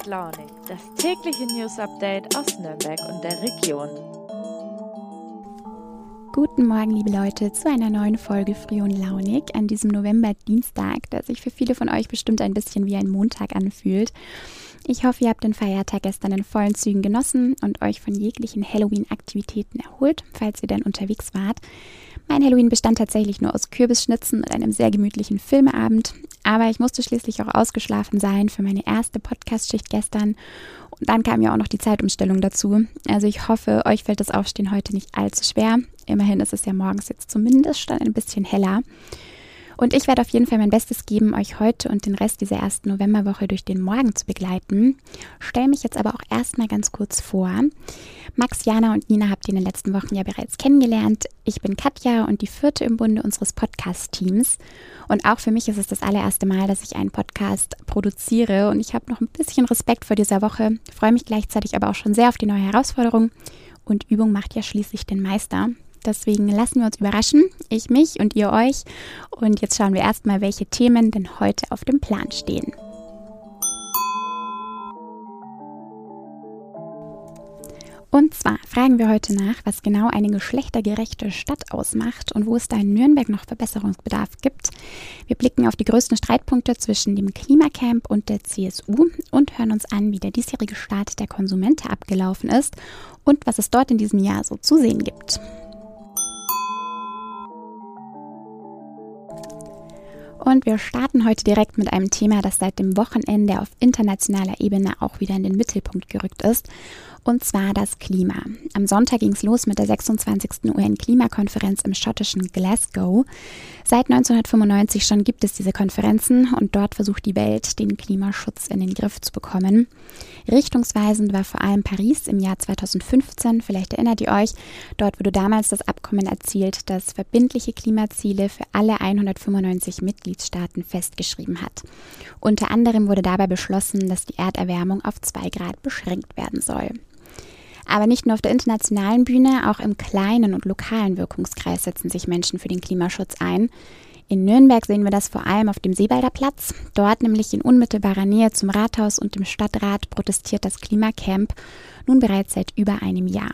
und Launig, das tägliche News-Update aus Nürnberg und der Region. Guten Morgen, liebe Leute, zu einer neuen Folge Früh und Launig an diesem November-Dienstag, der sich für viele von euch bestimmt ein bisschen wie ein Montag anfühlt. Ich hoffe, ihr habt den Feiertag gestern in vollen Zügen genossen und euch von jeglichen Halloween-Aktivitäten erholt, falls ihr denn unterwegs wart. Mein Halloween bestand tatsächlich nur aus Kürbisschnitzen und einem sehr gemütlichen Filmeabend, aber ich musste schließlich auch ausgeschlafen sein für meine erste Podcast-Schicht gestern und dann kam ja auch noch die Zeitumstellung dazu. Also ich hoffe, euch fällt das Aufstehen heute nicht allzu schwer. Immerhin ist es ja morgens jetzt zumindest schon ein bisschen heller. Und ich werde auf jeden Fall mein Bestes geben, euch heute und den Rest dieser ersten Novemberwoche durch den Morgen zu begleiten. Stelle mich jetzt aber auch erstmal ganz kurz vor. Max, Jana und Nina habt ihr in den letzten Wochen ja bereits kennengelernt. Ich bin Katja und die vierte im Bunde unseres Podcast-Teams. Und auch für mich ist es das allererste Mal, dass ich einen Podcast produziere. Und ich habe noch ein bisschen Respekt vor dieser Woche, freue mich gleichzeitig aber auch schon sehr auf die neue Herausforderung. Und Übung macht ja schließlich den Meister. Deswegen lassen wir uns überraschen, ich mich und ihr euch. Und jetzt schauen wir erstmal, welche Themen denn heute auf dem Plan stehen. Und zwar fragen wir heute nach, was genau eine geschlechtergerechte Stadt ausmacht und wo es da in Nürnberg noch Verbesserungsbedarf gibt. Wir blicken auf die größten Streitpunkte zwischen dem Klimacamp und der CSU und hören uns an, wie der diesjährige Start der Konsumente abgelaufen ist und was es dort in diesem Jahr so zu sehen gibt. Und wir starten heute direkt mit einem Thema, das seit dem Wochenende auf internationaler Ebene auch wieder in den Mittelpunkt gerückt ist, und zwar das Klima. Am Sonntag ging es los mit der 26. UN-Klimakonferenz im schottischen Glasgow. Seit 1995 schon gibt es diese Konferenzen und dort versucht die Welt, den Klimaschutz in den Griff zu bekommen. Richtungsweisend war vor allem Paris im Jahr 2015, vielleicht erinnert ihr euch, dort wurde damals das Abkommen erzielt, das verbindliche Klimaziele für alle 195 Mitgliedstaaten festgeschrieben hat. Unter anderem wurde dabei beschlossen, dass die Erderwärmung auf 2 Grad beschränkt werden soll. Aber nicht nur auf der internationalen Bühne, auch im kleinen und lokalen Wirkungskreis setzen sich Menschen für den Klimaschutz ein. In Nürnberg sehen wir das vor allem auf dem Seebalder Platz. Dort, nämlich in unmittelbarer Nähe zum Rathaus und dem Stadtrat, protestiert das Klimacamp nun bereits seit über einem Jahr.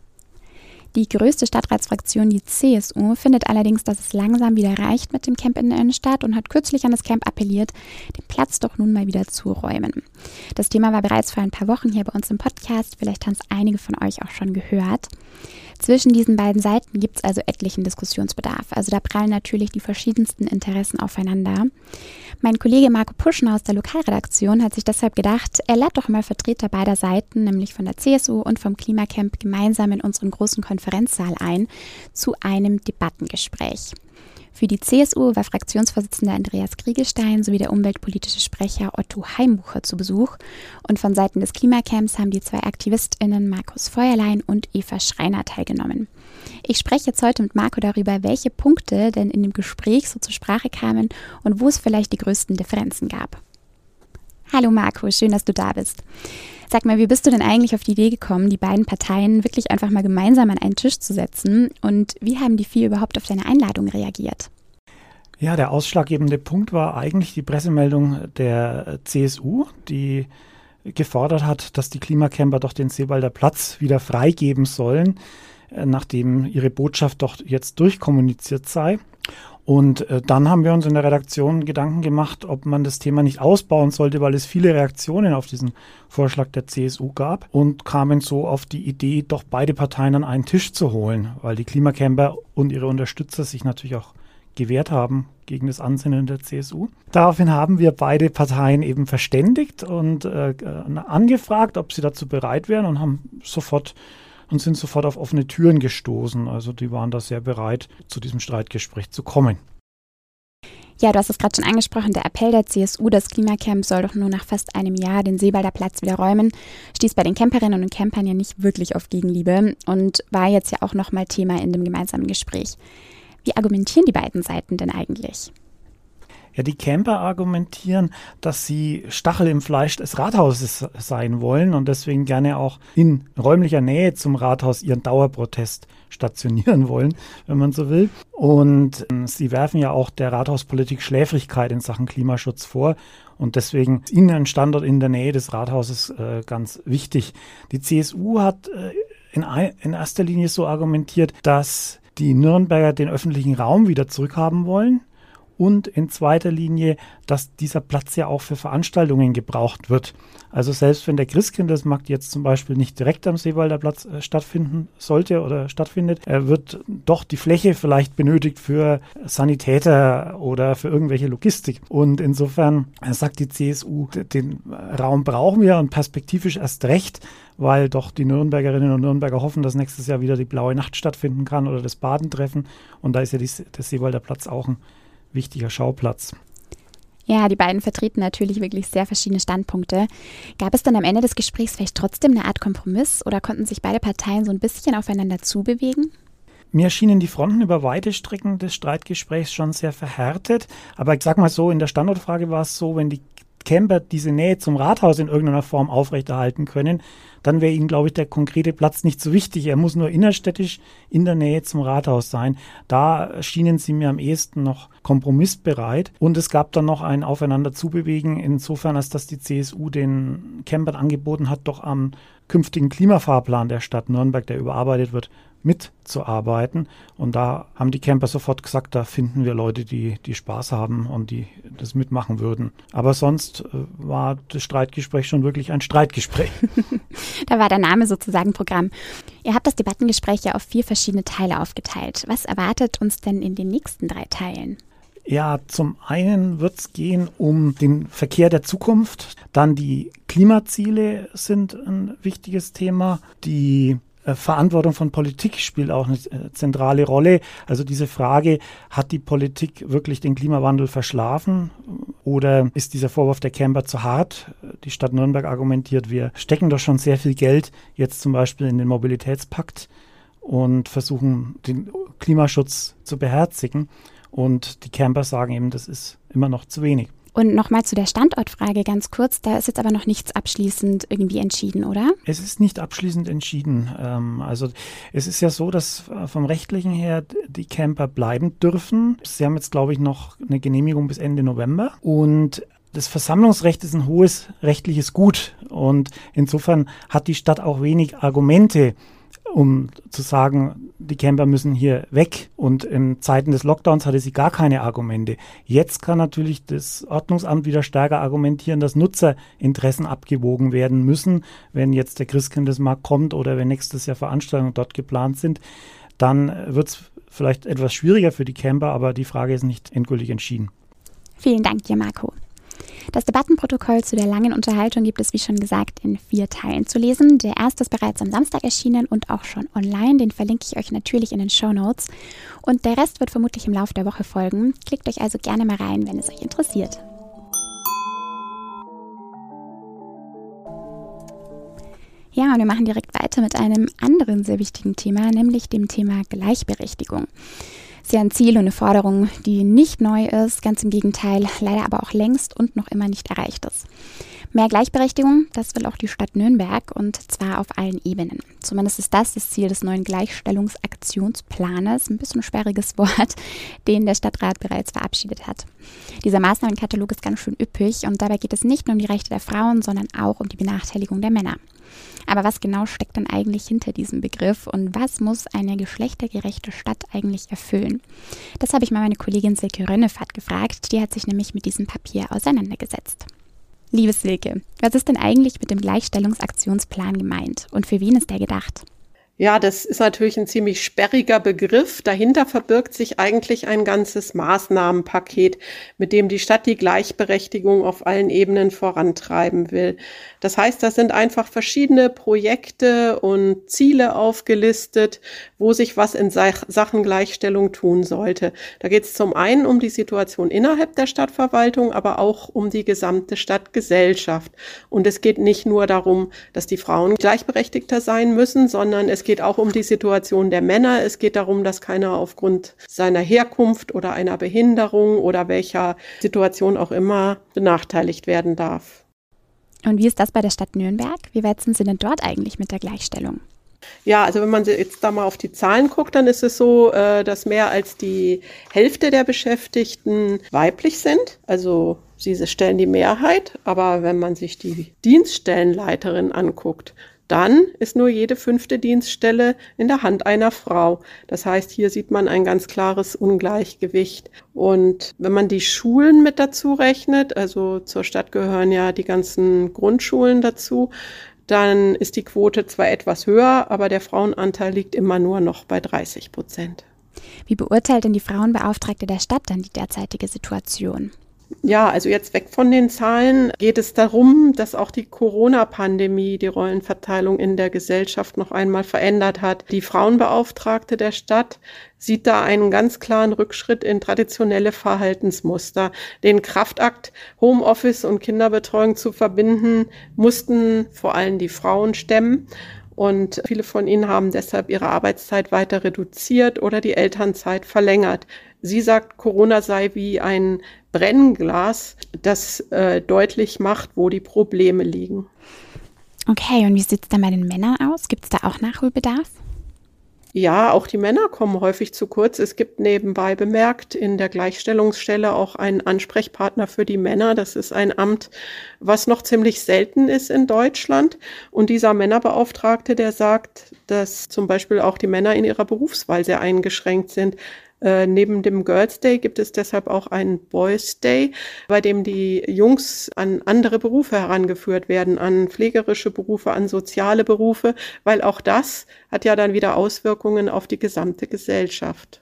Die größte Stadtratsfraktion, die CSU, findet allerdings, dass es langsam wieder reicht mit dem Camp in der Innenstadt und hat kürzlich an das Camp appelliert, den Platz doch nun mal wieder zu räumen. Das Thema war bereits vor ein paar Wochen hier bei uns im Podcast, vielleicht haben es einige von euch auch schon gehört. Zwischen diesen beiden Seiten gibt es also etlichen Diskussionsbedarf. Also da prallen natürlich die verschiedensten Interessen aufeinander. Mein Kollege Marco Puschner aus der Lokalredaktion hat sich deshalb gedacht, er lädt doch mal Vertreter beider Seiten, nämlich von der CSU und vom Klimacamp, gemeinsam in unseren großen Konferenzsaal ein zu einem Debattengespräch. Für die CSU war Fraktionsvorsitzender Andreas Kriegelstein sowie der umweltpolitische Sprecher Otto Heimbucher zu Besuch. Und von Seiten des Klimacamps haben die 2 AktivistInnen Markus Feuerlein und Eva Schreiner teilgenommen. Ich spreche jetzt heute mit Marco darüber, welche Punkte denn in dem Gespräch so zur Sprache kamen und wo es vielleicht die größten Differenzen gab. Hallo Marco, schön, dass du da bist. Sag mal, wie bist du denn eigentlich auf die Idee gekommen, die beiden Parteien wirklich einfach mal gemeinsam an einen Tisch zu setzen? Und wie haben die vier überhaupt auf deine Einladung reagiert? Ja, der ausschlaggebende Punkt war eigentlich die Pressemeldung der CSU, die gefordert hat, dass die Klimacamper doch den Seebalder Platz wieder freigeben sollen, nachdem ihre Botschaft doch jetzt durchkommuniziert sei. Und dann haben wir uns in der Redaktion Gedanken gemacht, ob man das Thema nicht ausbauen sollte, weil es viele Reaktionen auf diesen Vorschlag der CSU gab und kamen so auf die Idee, doch beide Parteien an einen Tisch zu holen, weil die Klimacamper und ihre Unterstützer sich natürlich auch gewehrt haben gegen das Ansinnen der CSU. Daraufhin haben wir beide Parteien eben verständigt und angefragt, ob sie dazu bereit wären und sind sofort auf offene Türen gestoßen. Also die waren da sehr bereit, zu diesem Streitgespräch zu kommen. Ja, du hast es gerade schon angesprochen, der Appell der CSU, das Klimacamp soll doch nur nach fast einem Jahr den Seebalder Platz wieder räumen, stieß bei den Camperinnen und Campern ja nicht wirklich auf Gegenliebe und war jetzt ja auch nochmal Thema in dem gemeinsamen Gespräch. Wie argumentieren die beiden Seiten denn eigentlich? Ja, die Camper argumentieren, dass sie Stachel im Fleisch des Rathauses sein wollen und deswegen gerne auch in räumlicher Nähe zum Rathaus ihren Dauerprotest stationieren wollen, wenn man so will. Und sie werfen ja auch der Rathauspolitik Schläfrigkeit in Sachen Klimaschutz vor Und deswegen ist ihnen ein Standort in der Nähe des Rathauses ganz wichtig. Die CSU hat in erster Linie so argumentiert, dass die Nürnberger den öffentlichen Raum wieder zurückhaben wollen. Und in zweiter Linie, dass dieser Platz ja auch für Veranstaltungen gebraucht wird. Also selbst wenn der Christkindlesmarkt jetzt zum Beispiel nicht direkt am Seewalder Platz stattfinden sollte oder stattfindet, wird doch die Fläche vielleicht benötigt für Sanitäter oder für irgendwelche Logistik. Und insofern sagt die CSU, den Raum brauchen wir und perspektivisch erst recht, weil doch die Nürnbergerinnen und Nürnberger hoffen, dass nächstes Jahr wieder die Blaue Nacht stattfinden kann oder das Badentreffen. Und da ist ja der Seewalder Platz auch ein wichtiger Schauplatz. Ja, die beiden vertreten natürlich wirklich sehr verschiedene Standpunkte. Gab es dann am Ende des Gesprächs vielleicht trotzdem eine Art Kompromiss oder konnten sich beide Parteien so ein bisschen aufeinander zubewegen? Mir erschienen die Fronten über weite Strecken des Streitgesprächs schon sehr verhärtet. Aber ich sag mal so, in der Standortfrage war es so, wenn die Camper diese Nähe zum Rathaus in irgendeiner Form aufrechterhalten können, dann wäre ihnen, glaube ich, der konkrete Platz nicht so wichtig. Er muss nur innerstädtisch in der Nähe zum Rathaus sein. Da schienen sie mir am ehesten noch kompromissbereit. Und es gab dann noch ein Aufeinander zubewegen, insofern, als dass die CSU den Campern angeboten hat, doch am künftigen Klimafahrplan der Stadt Nürnberg, der überarbeitet wird, mitzuarbeiten. Und da haben die Camper sofort gesagt, da finden wir Leute, die Spaß haben und die das mitmachen würden. Aber sonst war das Streitgespräch schon wirklich ein Streitgespräch. Da war der Name sozusagen Programm. Ihr habt das Debattengespräch ja auf 4 verschiedene Teile aufgeteilt. Was erwartet uns denn in den nächsten 3 Teilen? Ja, zum einen wird es gehen um den Verkehr der Zukunft. Dann die Klimaziele sind ein wichtiges Thema. Die Verantwortung von Politik spielt auch eine zentrale Rolle. Also diese Frage, hat die Politik wirklich den Klimawandel verschlafen oder ist dieser Vorwurf der Camper zu hart? Die Stadt Nürnberg argumentiert, wir stecken doch schon sehr viel Geld jetzt zum Beispiel in den Mobilitätspakt und versuchen den Klimaschutz zu beherzigen. Und die Camper sagen eben, das ist immer noch zu wenig. Und nochmal zu der Standortfrage ganz kurz, da ist jetzt aber noch nichts abschließend irgendwie entschieden, oder? Es ist nicht abschließend entschieden. Also es ist ja so, dass vom Rechtlichen her die Camper bleiben dürfen. Sie haben jetzt, glaube ich, noch eine Genehmigung bis Ende November und das Versammlungsrecht ist ein hohes rechtliches Gut und insofern hat die Stadt auch wenig Argumente, um zu sagen, die Camper müssen hier weg. Und in Zeiten des Lockdowns hatte sie gar keine Argumente. Jetzt kann natürlich das Ordnungsamt wieder stärker argumentieren, dass Nutzerinteressen abgewogen werden müssen. Wenn jetzt der Christkindlesmarkt kommt oder wenn nächstes Jahr Veranstaltungen dort geplant sind, dann wird es vielleicht etwas schwieriger für die Camper, aber die Frage ist nicht endgültig entschieden. Vielen Dank dir, Marco. Das Debattenprotokoll zu der langen Unterhaltung gibt es, wie schon gesagt, in 4 Teilen zu lesen. Der erste ist bereits am Samstag erschienen und auch schon online. Den verlinke ich euch natürlich in den Shownotes. Und der Rest wird vermutlich im Laufe der Woche folgen. Klickt euch also gerne mal rein, wenn es euch interessiert. Ja, und wir machen direkt weiter mit einem anderen sehr wichtigen Thema, nämlich dem Thema Gleichberechtigung. Das ist ja ein Ziel und eine Forderung, die nicht neu ist, ganz im Gegenteil, leider aber auch längst und noch immer nicht erreicht ist. Mehr Gleichberechtigung, das will auch die Stadt Nürnberg und zwar auf allen Ebenen. Zumindest ist das Ziel des neuen Gleichstellungsaktionsplanes, ein bisschen sperriges Wort, den der Stadtrat bereits verabschiedet hat. Dieser Maßnahmenkatalog ist ganz schön üppig und dabei geht es nicht nur um die Rechte der Frauen, sondern auch um die Benachteiligung der Männer. Aber was genau steckt dann eigentlich hinter diesem Begriff und was muss eine geschlechtergerechte Stadt eigentlich erfüllen? Das habe ich mal meine Kollegin Silke Rönnefat gefragt, die hat sich nämlich mit diesem Papier auseinandergesetzt. Liebe Silke, was ist denn eigentlich mit dem Gleichstellungsaktionsplan gemeint und für wen ist der gedacht? Ja, das ist natürlich ein ziemlich sperriger Begriff. Dahinter verbirgt sich eigentlich ein ganzes Maßnahmenpaket, mit dem die Stadt die Gleichberechtigung auf allen Ebenen vorantreiben will. Das heißt, da sind einfach verschiedene Projekte und Ziele aufgelistet, wo sich was in Sachen Gleichstellung tun sollte. Da geht es zum einen um die Situation innerhalb der Stadtverwaltung, aber auch um die gesamte Stadtgesellschaft. Und es geht nicht nur darum, dass die Frauen gleichberechtigter sein müssen, sondern es geht auch um die Situation der Männer. Es geht darum, dass keiner aufgrund seiner Herkunft oder einer Behinderung oder welcher Situation auch immer benachteiligt werden darf. Und wie ist das bei der Stadt Nürnberg? Wie weit sind Sie denn dort eigentlich mit der Gleichstellung? Ja, also wenn man jetzt da mal auf die Zahlen guckt, dann ist es so, dass mehr als die Hälfte der Beschäftigten weiblich sind. Also Sie stellen die Mehrheit, aber wenn man sich die Dienststellenleiterin anguckt, dann ist nur jede 5. Dienststelle in der Hand einer Frau. Das heißt, hier sieht man ein ganz klares Ungleichgewicht. Und wenn man die Schulen mit dazu rechnet, also zur Stadt gehören ja die ganzen Grundschulen dazu, dann ist die Quote zwar etwas höher, aber der Frauenanteil liegt immer nur noch bei 30%. Wie beurteilt denn die Frauenbeauftragte der Stadt dann die derzeitige Situation? Ja, also jetzt weg von den Zahlen geht es darum, dass auch die Corona-Pandemie die Rollenverteilung in der Gesellschaft noch einmal verändert hat. Die Frauenbeauftragte der Stadt sieht da einen ganz klaren Rückschritt in traditionelle Verhaltensmuster. Den Kraftakt, Homeoffice und Kinderbetreuung zu verbinden, mussten vor allem die Frauen stemmen. Und viele von ihnen haben deshalb ihre Arbeitszeit weiter reduziert oder die Elternzeit verlängert. Sie sagt, Corona sei wie ein Brennglas, das deutlich macht, wo die Probleme liegen. Okay, und wie sieht es dann bei den Männern aus? Gibt es da auch Nachholbedarf? Ja, auch die Männer kommen häufig zu kurz. Es gibt nebenbei bemerkt in der Gleichstellungsstelle auch einen Ansprechpartner für die Männer. Das ist ein Amt, was noch ziemlich selten ist in Deutschland. Und dieser Männerbeauftragte, der sagt, dass zum Beispiel auch die Männer in ihrer Berufswahl sehr eingeschränkt sind. Neben dem Girls Day gibt es deshalb auch einen Boys Day, bei dem die Jungs an andere Berufe herangeführt werden, an pflegerische Berufe, an soziale Berufe, weil auch das hat ja dann wieder Auswirkungen auf die gesamte Gesellschaft.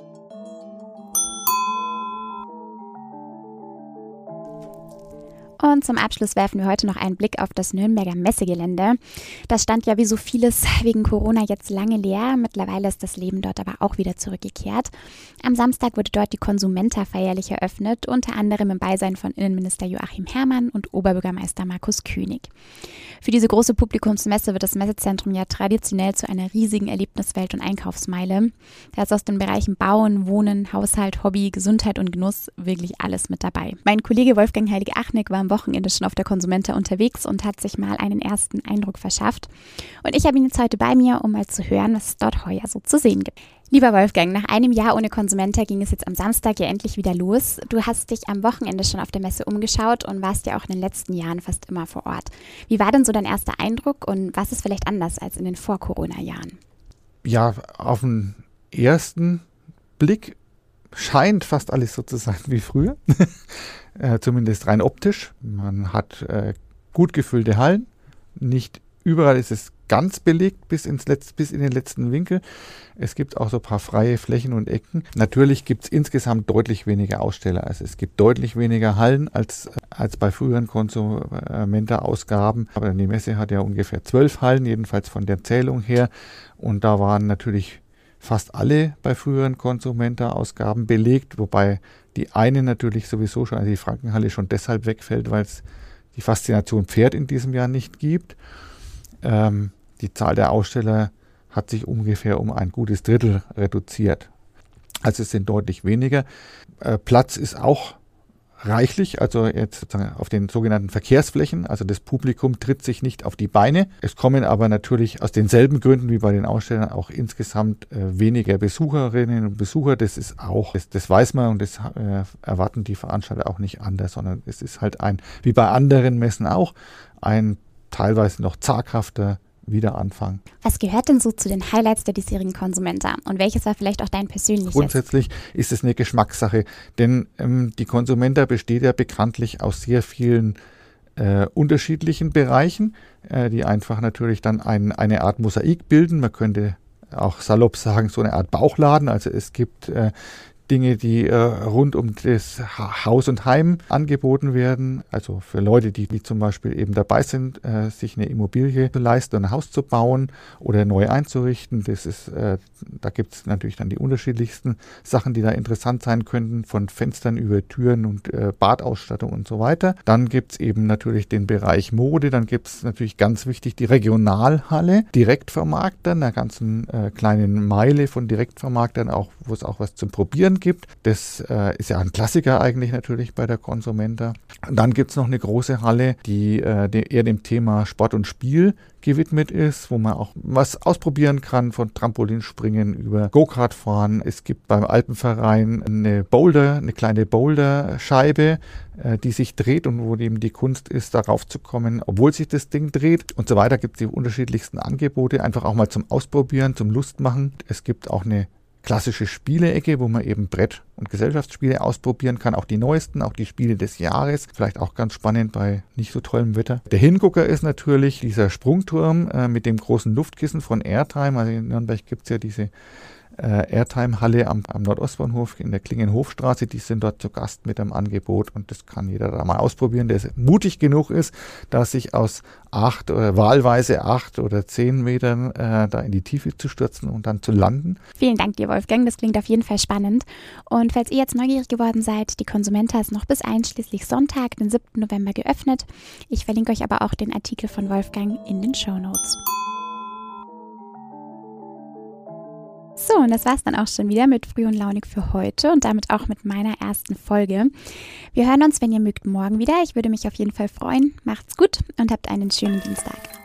Und zum Abschluss werfen wir heute noch einen Blick auf das Nürnberger Messegelände. Das stand ja wie so vieles wegen Corona jetzt lange leer. Mittlerweile ist das Leben dort aber auch wieder zurückgekehrt. Am Samstag wurde dort die Consumenta feierlich eröffnet, unter anderem im Beisein von Innenminister Joachim Herrmann und Oberbürgermeister Markus König. Für diese große Publikumsmesse wird das Messezentrum ja traditionell zu einer riesigen Erlebniswelt und Einkaufsmeile. Da ist aus den Bereichen Bauen, Wohnen, Haushalt, Hobby, Gesundheit und Genuss wirklich alles mit dabei. Mein Kollege Wolfgang Heilig-Achneck war am Wochenende schon auf der Consumenta unterwegs und hat sich mal einen ersten Eindruck verschafft. Und ich habe ihn jetzt heute bei mir, um mal zu hören, was es dort heuer so zu sehen gibt. Lieber Wolfgang, nach einem Jahr ohne Consumenta ging es jetzt am Samstag ja endlich wieder los. Du hast dich am Wochenende schon auf der Messe umgeschaut und warst ja auch in den letzten Jahren fast immer vor Ort. Wie war denn so dein erster Eindruck und was ist vielleicht anders als in den Vor-Corona-Jahren? Ja, auf den ersten Blick scheint fast alles so zu sein wie früher. Zumindest rein optisch. Man hat gut gefüllte Hallen. Nicht überall ist es ganz belegt bis in den letzten Winkel. Es gibt auch so ein paar freie Flächen und Ecken. Natürlich gibt es insgesamt deutlich weniger Aussteller. Also es gibt deutlich weniger Hallen als bei früheren Consumenta-Ausgaben. Aber die Messe hat ja ungefähr 12 Hallen, jedenfalls von der Zählung her. Und da waren natürlich fast alle bei früheren Consumenta-Ausgaben belegt, wobei die eine natürlich sowieso schon, also die Frankenhalle schon deshalb wegfällt, weil es die Faszination Pferd in diesem Jahr nicht gibt. Die Zahl der Aussteller hat sich ungefähr um ein gutes Drittel reduziert. Also es sind deutlich weniger. Platz ist auch reichlich, also jetzt sozusagen auf den sogenannten Verkehrsflächen. Also das Publikum tritt sich nicht auf die Beine. Es kommen aber natürlich aus denselben Gründen wie bei den Ausstellern auch insgesamt weniger Besucherinnen und Besucher. Das ist auch, das weiß man und das erwarten die Veranstalter auch nicht anders, sondern es ist halt wie bei anderen Messen auch, ein teilweise noch zaghafter Wiederanfang. Was gehört denn so zu den Highlights der diesjährigen Consumenta und welches war vielleicht auch dein persönliches? Grundsätzlich ist es eine Geschmackssache, denn die Consumenta besteht ja bekanntlich aus sehr vielen unterschiedlichen Bereichen, die einfach natürlich dann eine Art Mosaik bilden. Man könnte auch salopp sagen, so eine Art Bauchladen. Also es gibt Dinge, die rund um das Haus und Heim angeboten werden. Also für Leute, die zum Beispiel eben dabei sind, sich eine Immobilie zu leisten und ein Haus zu bauen oder neu einzurichten. Da gibt es natürlich dann die unterschiedlichsten Sachen, die da interessant sein könnten, von Fenstern über Türen und Badausstattung und so weiter. Dann gibt es eben natürlich den Bereich Mode. Dann gibt es natürlich ganz wichtig die Regionalhalle, Direktvermarkter, einer ganzen kleinen Meile von Direktvermarktern, wo es auch was zum Probieren Spielen gibt. Das ist ja ein Klassiker eigentlich natürlich bei der Consumenta. Und dann gibt es noch eine große Halle, die eher dem Thema Sport und Spiel gewidmet ist, wo man auch was ausprobieren kann, von Trampolinspringen über Go-Kart fahren. Es gibt beim Alpenverein eine kleine Boulderscheibe, die sich dreht und wo eben die Kunst ist, darauf zu kommen, obwohl sich das Ding dreht und so weiter. Gibt es die unterschiedlichsten Angebote, einfach auch mal zum Ausprobieren, zum Lustmachen. Es gibt auch eine klassische Spielecke, wo man eben Brett- und Gesellschaftsspiele ausprobieren kann, auch die neuesten, auch die Spiele des Jahres, vielleicht auch ganz spannend bei nicht so tollem Wetter. Der Hingucker ist natürlich dieser Sprungturm mit dem großen Luftkissen von Airtime. Also in Nürnberg gibt es ja diese Airtime-Halle am Nordostbahnhof in der Klingenhofstraße, die sind dort zu Gast mit einem Angebot und das kann jeder da mal ausprobieren, der mutig genug ist, da sich aus 8 oder wahlweise 8 oder 10 Metern da in die Tiefe zu stürzen und dann zu landen. Vielen Dank dir, Wolfgang, das klingt auf jeden Fall spannend. Und falls ihr jetzt neugierig geworden seid, die Consumenta ist noch bis einschließlich Sonntag, den 7. November geöffnet. Ich verlinke euch aber auch den Artikel von Wolfgang in den Shownotes. So, und das war's dann auch schon wieder mit Früh und Launig für heute und damit auch mit meiner ersten Folge. Wir hören uns, wenn ihr mögt, morgen wieder. Ich würde mich auf jeden Fall freuen. Macht's gut und habt einen schönen Dienstag.